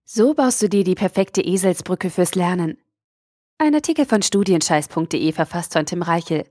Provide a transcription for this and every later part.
So baust du dir die perfekte Eselsbrücke fürs Lernen. Ein Artikel von studienscheiß.de verfasst von Tim Reichel.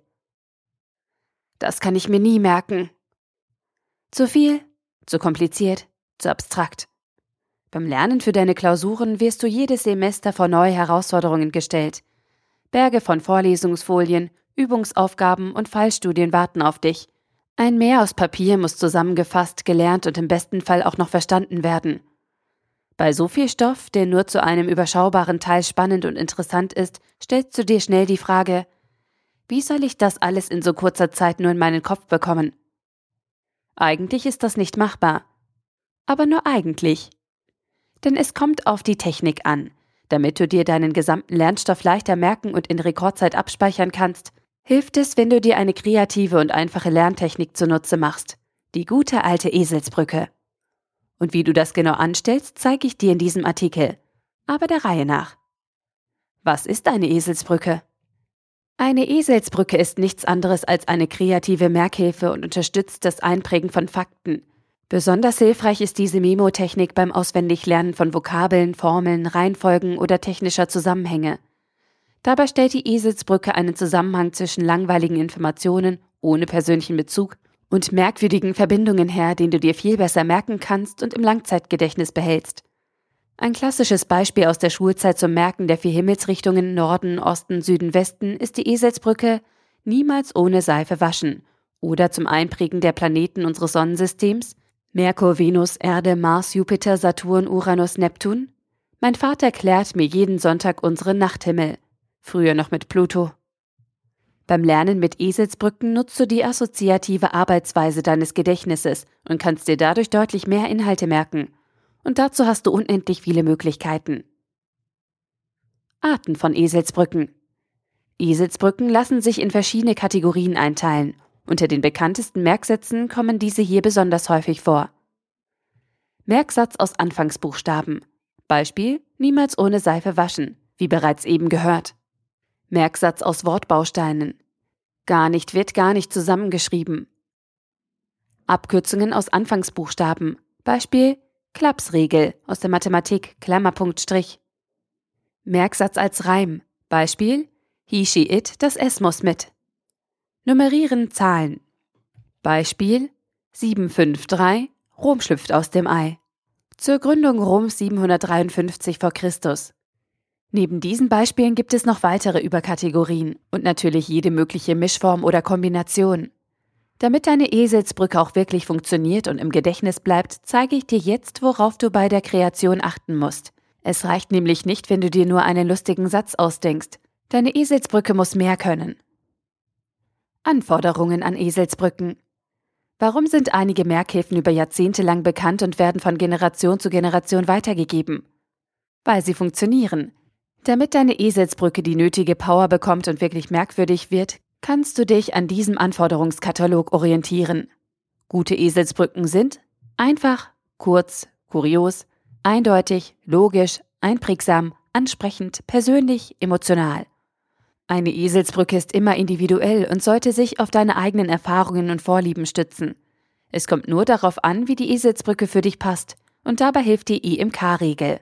Das kann ich mir nie merken. Zu viel, zu kompliziert, zu abstrakt. Beim Lernen für deine Klausuren wirst du jedes Semester vor neue Herausforderungen gestellt. Berge von Vorlesungsfolien, Übungsaufgaben und Fallstudien warten auf dich. Ein Meer aus Papier muss zusammengefasst, gelernt und im besten Fall auch noch verstanden werden. Bei so viel Stoff, der nur zu einem überschaubaren Teil spannend und interessant ist, stellst du dir schnell die Frage: Wie soll ich das alles in so kurzer Zeit nur in meinen Kopf bekommen? Eigentlich ist das nicht machbar. Aber nur eigentlich. Denn es kommt auf die Technik an. Damit du dir deinen gesamten Lernstoff leichter merken und in Rekordzeit abspeichern kannst, hilft es, wenn du dir eine kreative und einfache Lerntechnik zunutze machst. Die gute alte Eselsbrücke. Und wie du das genau anstellst, zeige ich dir in diesem Artikel. Aber der Reihe nach. Was ist eine Eselsbrücke? Eine Eselsbrücke ist nichts anderes als eine kreative Merkhilfe und unterstützt das Einprägen von Fakten. Besonders hilfreich ist diese Memotechnik beim Auswendiglernen von Vokabeln, Formeln, Reihenfolgen oder technischer Zusammenhänge. Dabei stellt die Eselsbrücke einen Zusammenhang zwischen langweiligen Informationen ohne persönlichen Bezug und merkwürdigen Verbindungen her, den du dir viel besser merken kannst und im Langzeitgedächtnis behältst. Ein klassisches Beispiel aus der Schulzeit zum Merken der 4 Himmelsrichtungen Norden, Osten, Süden, Westen ist die Eselsbrücke niemals ohne Seife waschen oder zum Einprägen der Planeten unseres Sonnensystems Merkur, Venus, Erde, Mars, Jupiter, Saturn, Uranus, Neptun. Mein Vater klärt mir jeden Sonntag unseren Nachthimmel, früher noch mit Pluto. Beim Lernen mit Eselsbrücken nutzt du die assoziative Arbeitsweise deines Gedächtnisses und kannst dir dadurch deutlich mehr Inhalte merken. Und dazu hast du unendlich viele Möglichkeiten. Arten von Eselsbrücken. Eselsbrücken lassen sich in verschiedene Kategorien einteilen. Unter den bekanntesten Merksätzen kommen diese hier besonders häufig vor. Merksatz aus Anfangsbuchstaben. Beispiel: niemals ohne Seife waschen, wie bereits eben gehört. Merksatz aus Wortbausteinen. Gar nicht wird gar nicht zusammengeschrieben. Abkürzungen aus Anfangsbuchstaben. Beispiel: Klapsregel aus der Mathematik, Klammerpunkt Strich. Merksatz als Reim. Beispiel: he, she, it, das S muss mit. Nummerieren Zahlen. Beispiel: 753, Rom schlüpft aus dem Ei. Zur Gründung Roms 753 v. Chr. Neben diesen Beispielen gibt es noch weitere Überkategorien und natürlich jede mögliche Mischform oder Kombination. Damit deine Eselsbrücke auch wirklich funktioniert und im Gedächtnis bleibt, zeige ich dir jetzt, worauf du bei der Kreation achten musst. Es reicht nämlich nicht, wenn du dir nur einen lustigen Satz ausdenkst. Deine Eselsbrücke muss mehr können. Anforderungen an Eselsbrücken. Warum sind einige Merkhilfen über Jahrzehnte lang bekannt und werden von Generation zu Generation weitergegeben? Weil sie funktionieren. Damit deine Eselsbrücke die nötige Power bekommt und wirklich merkwürdig wird, kannst du dich an diesem Anforderungskatalog orientieren. Gute Eselsbrücken sind einfach, kurz, kurios, eindeutig, logisch, einprägsam, ansprechend, persönlich, emotional. Eine Eselsbrücke ist immer individuell und sollte sich auf deine eigenen Erfahrungen und Vorlieben stützen. Es kommt nur darauf an, wie die Eselsbrücke für dich passt, und dabei hilft die IMK-Regel.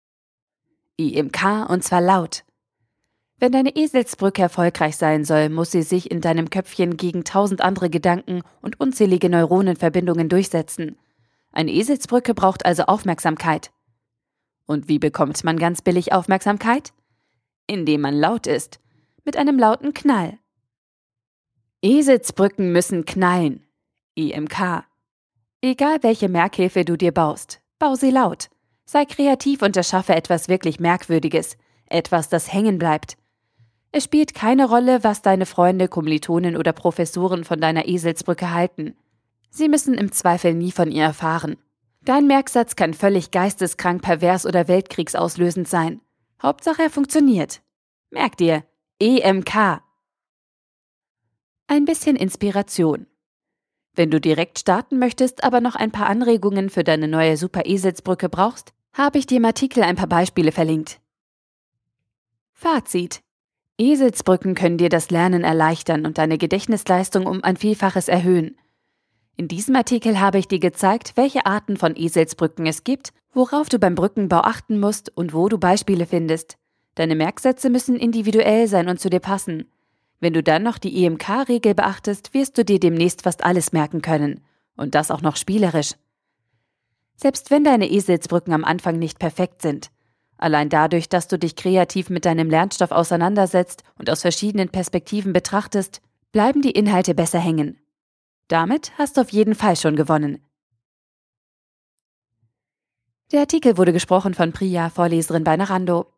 IMK, und zwar laut. Wenn deine Eselsbrücke erfolgreich sein soll, muss sie sich in deinem Köpfchen gegen 1000 andere Gedanken und unzählige Neuronenverbindungen durchsetzen. Eine Eselsbrücke braucht also Aufmerksamkeit. Und wie bekommt man ganz billig Aufmerksamkeit? Indem man laut ist. Mit einem lauten Knall. Eselsbrücken müssen knallen. IMK. Egal welche Merkhilfe du dir baust, bau sie laut. Sei kreativ und erschaffe etwas wirklich Merkwürdiges. Etwas, das hängen bleibt. Es spielt keine Rolle, was deine Freunde, Kommilitonen oder Professoren von deiner Eselsbrücke halten. Sie müssen im Zweifel nie von ihr erfahren. Dein Merksatz kann völlig geisteskrank, pervers oder weltkriegsauslösend sein. Hauptsache er funktioniert. Merk dir, EMK. Ein bisschen Inspiration. Wenn du direkt starten möchtest, aber noch ein paar Anregungen für deine neue Super-Eselsbrücke brauchst, habe ich dir im Artikel ein paar Beispiele verlinkt. Fazit. Eselsbrücken können dir das Lernen erleichtern und deine Gedächtnisleistung um ein Vielfaches erhöhen. In diesem Artikel habe ich dir gezeigt, welche Arten von Eselsbrücken es gibt, worauf du beim Brückenbau achten musst und wo du Beispiele findest. Deine Merksätze müssen individuell sein und zu dir passen. Wenn du dann noch die EMK-Regel beachtest, wirst du dir demnächst fast alles merken können. Und das auch noch spielerisch. Selbst wenn deine Eselsbrücken am Anfang nicht perfekt sind. Allein dadurch, dass du dich kreativ mit deinem Lernstoff auseinandersetzt und aus verschiedenen Perspektiven betrachtest, bleiben die Inhalte besser hängen. Damit hast du auf jeden Fall schon gewonnen. Der Artikel wurde gesprochen von Priya, Vorleserin bei Narando.